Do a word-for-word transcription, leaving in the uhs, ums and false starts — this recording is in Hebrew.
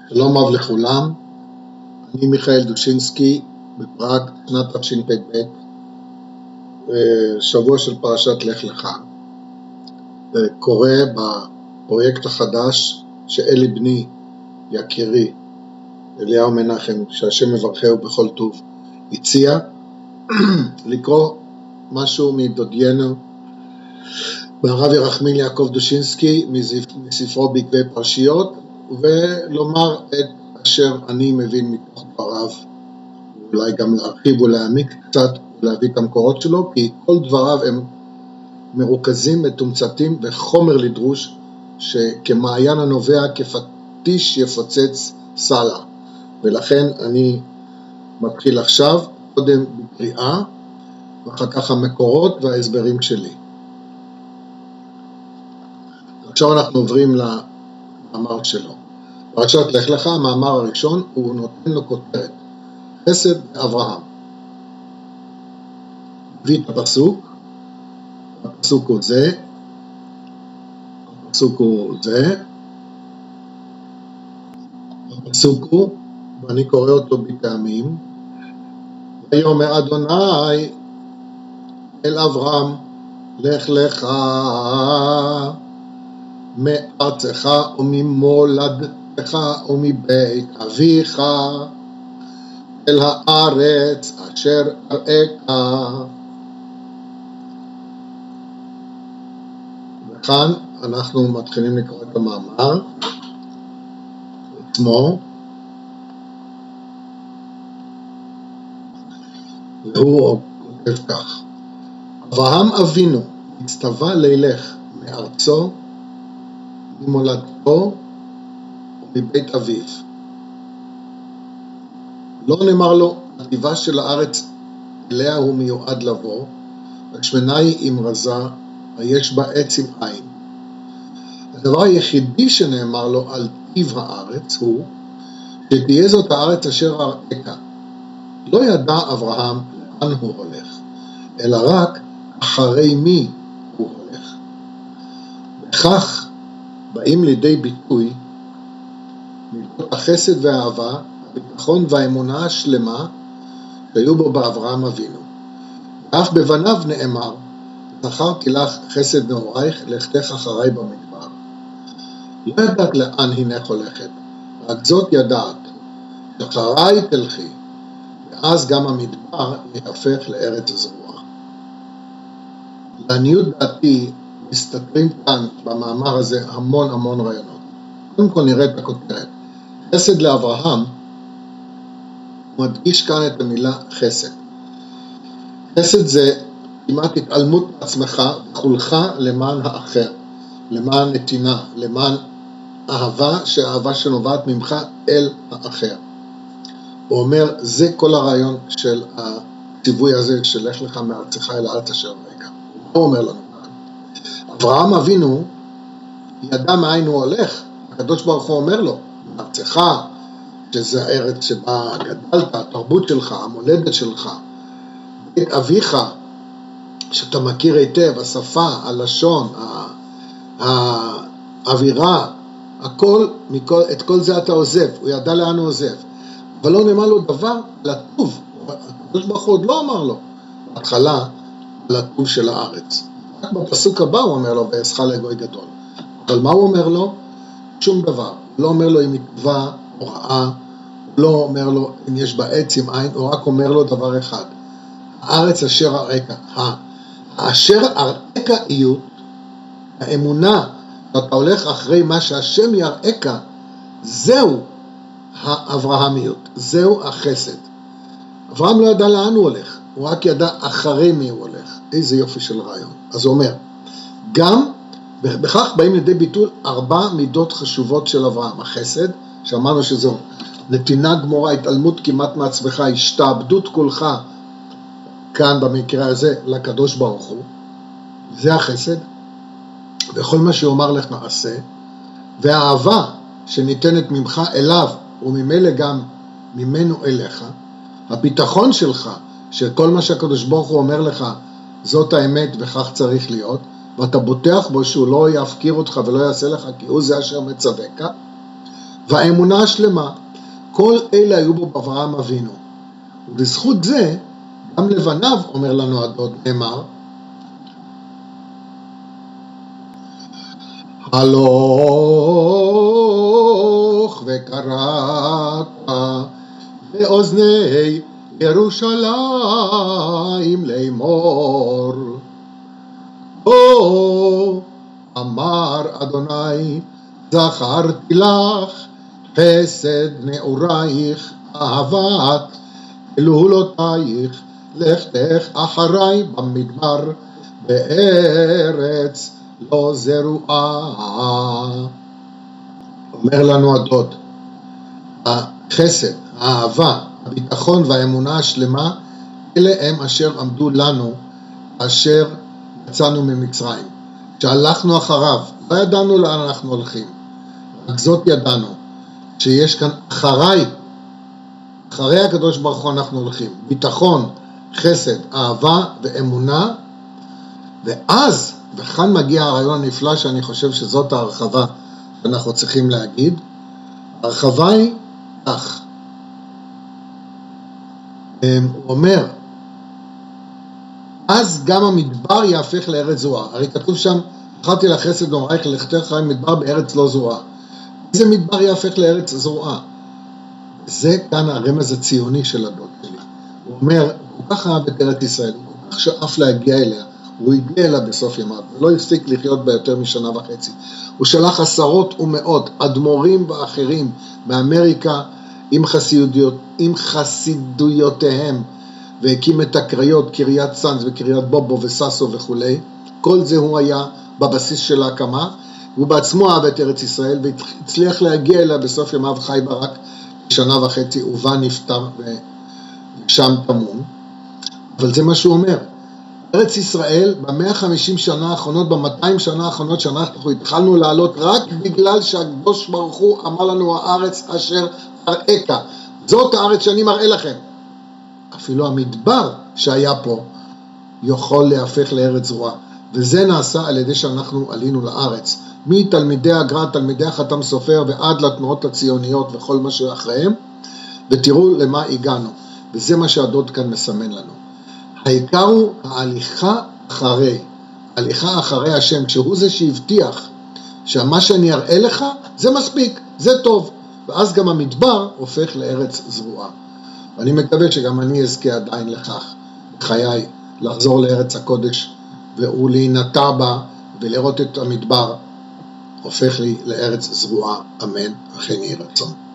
שלום רב לכולם, אני מיכאל דושינסקי בפראג, שנת תשפ"ב, שבוע של פרשת לך לך, קורא בפרויקט החדש שאלי בני, יקירי, אליהו מנחם, שהשם מברכהו בכל טוב, הציע לקרוא משהו מדודיינו, מהרב ירחמיאל יעקב דושינסקי, מספרו בעקבי פרשיות, ולומר את אשר אני מבין מתוך דבריו, אולי גם להרחיב ולהעמיק קצת ולהביא את המקורות שלו, כי כל דבריו הם מרוכזים, מתומצתים וחומר לדרוש, שכמעיין הנובע כפטיש יפוצץ סלע. ולכן אני מתחיל עכשיו, קודם בקריאה, ואחר כך המקורות וההסברים שלי. עכשיו אנחנו עוברים למאמר שלו. פרשת לך לך, המאמר הראשון, הוא נותן לו כותרת, חסד אברהם. מביא את הפסוק, הפסוק הוא זה, הפסוק הוא זה, הפסוק הוא, ואני קורא אותו בטעמים, ויאמר אדוני אל אברהם, לך לך מארצך וממולדתך ומבית אביך אל הארץ אשר אראך. וכאן אנחנו מתחילים לקרוא את המאמר עצמו, והוא כותב כך: אברהם אבינו הצטווה לילך מארצו, ממולדתו ומבית אביו. לא נאמר לו הטבעה של הארץ אליה הוא מיועד לבוא, השמנה היא עם רזה, ויש בה עץ עם עין. הדבר היחידי שנאמר לו על טיב הארץ הוא שתהיה זאת הארץ אשר אראך. לא ידע אברהם לאן הוא הולך, אלא רק אחרי מי הוא הולך. וכך באים לידי ביטוי מידות החסד והאהבה, הביטחון והאמונה השלמה שהיו בו באברהם אבינו. ואף בבניו נאמר, זכרתי לך חסד נעורייך, לכתך אחריי במדבר. לא ידעת לאן הנך הולכת, רק זאת ידעת, אחריי תלכי, ואז גם המדבר יהפך לארץ הזרוע. לעניות דעתי מסתתרים כאן במאמר הזה המון המון רעיונות. קודם כל נראה את הכותרת. חסד לאברהם, הוא מדגיש כאן את המילה חסד. חסד זה כמעט התעלמות מעצמך וכולך למען האחר, למען נתינה, למען אהבה, שהאהבה שנובעת ממך אל האחר. הוא אומר, זה כל הרעיון של הציווי הזה, של לך לך מארצך אל הארץ אשר אראך. הוא אומר לנו כאן. אברהם אבינו ידע מאין הוא הולך. הקדוש ברוך הוא אומר לו, מארצך, שזה הארץ שבה גדלת, התרבות שלך, המולדת שלך, בית אביך, שאתה מכיר היטב, השפה, הלשון, האווירה, הכל, מכל, את כל זה אתה עוזב. הוא ידע לאן הוא עוזב. אבל לא נאמר לו דבר לטוב. הקדוש ברוך הוא עוד לא אמר לו בהתחלה לטוב של הארץ. רק בפסוק הבא הוא אומר לו, ואעשך לגוי גדול. אבל מה הוא אומר לו? שום דבר. הוא לא אומר לו אם היא טובה או רעה, הוא לא אומר לו אם יש בה עץ עם עין, הוא רק אומר לו דבר אחד. הארץ אשר אראך. האשר אראך יהיו, האמונה שאתה הולך אחרי מה שהשם יראך, זהו האברהמיות, זהו החסד. אברהם לא ידע לאן הוא הולך, הוא רק ידע אחרי מי הוא הולך. איזה יופי של רעיון. אז הוא אומר, גם בכך באים לידי ביטול ארבע מידות חשובות של אברהם. החסד, שאמרנו שזו נתינה גמורה, התעלמות כמעט מעצמך, השתעבדות כולך, כאן במקרה הזה, לקדוש ברוך הוא, זה החסד, וכל מה שאומר לך נעשה, והאהבה שניתנת ממך אליו, וממילא גם ממנו אליך, הביטחון שלך, שכל מה שהקדוש ברוך הוא אומר לך, זאת האמת וכך צריך להיות, ואתה בוטח בו שהוא לא יפקיר אותך ולא יעשה לך, כי הוא זה אשר מצווקה, והאמונה השלמה, כל אלה היו בו באברהם אבינו. ובזכות זה, גם לבניו, אומר לנו הדוד, נאמר, הלוך וקראת באוזני ירושלים לאמור. או אמר אדוני, זכרתי לך חסד נעורייך, אהבת אלוהותייך, לכתך אחריי במדבר, בארץ לא זרועה. אומר לנו הדוד, החסד, האהבה, הביטחון והאמונה השלמה, אלה הם אשר עמדו לנו, אשר יצאנו ממצרים. כשהלכנו אחריו, לא ידענו לאן אנחנו הולכים, רק זאת ידענו, שיש כאן אחריי, אחרי הקדוש ברוך הוא אנחנו הולכים, ביטחון, חסד, אהבה ואמונה, ואז, וכאן מגיע הרעיון הנפלא שאני חושב שזאת ההרחבה שאנחנו צריכים להגיד, ההרחבה היא כך, הוא אומר, אז גם המדבר יהפך לארץ זרועה. הרי כתוב שם, זכרתי לך חסד נעורייך, לכתך אחריי מדבר בארץ לא זרועה. איזה מדבר יהפך לארץ זרועה? זה כאן הרמז הציוני של הדוד שלי. הוא אומר, הוא כל כך אהב את ארץ ישראל, הוא כל כך שאף להגיע אליה, הוא הגיע אליה בסוף ימיו, ולא הפסיק לחיות בה יותר משנה וחצי. הוא שלח עשרות ומאות אדמו"רים ואחרים באמריקה עם, חסידויות, עם חסידויותיהם, והקים את הקריות, קריית סנס וקריית בובו וססו וכו'. כל זה הוא היה בבסיס של ההקמה, הוא בעצמו אהב את ארץ ישראל, והצליח להגיע אליה בסוף ימיו, חי בה רק שנה וחצי, ובה נפטר ושם תמון. אבל זה מה שהוא אומר. ארץ ישראל ב-מאה וחמישים שנה האחרונות, ב-מאתיים שנה האחרונות שאנחנו התחלנו לעלות, רק בגלל שהקדוש ברוך הוא אמר לנו, הארץ אשר אראך, זאת הארץ שאני מראה לכם. אפילו המדבר שהיה פה יכול להפך לארץ זרועה, וזה נעשה על ידי שאנחנו עלינו לארץ, מתלמידי הגר"א, תלמידי החתם סופר ועד לתנועות הציוניות וכל מה שאחריהם, ותראו למה הגענו, וזה מה שהדוד כאן מסמן לנו. העיקר הוא ההליכה אחרי, ההליכה אחרי השם, כשהוא זה שהבטיח שמה שאני אראה לך זה מספיק, זה טוב, ואז גם המדבר הופך לארץ זרועה. ואני מקווה שגם אני אזכה עדיין לכך, בחיי, לחזור לארץ הקודש, ולהינטע בה, ולראות את המדבר, הופך לי לארץ זרועה, אמן, וכן יהי רצון.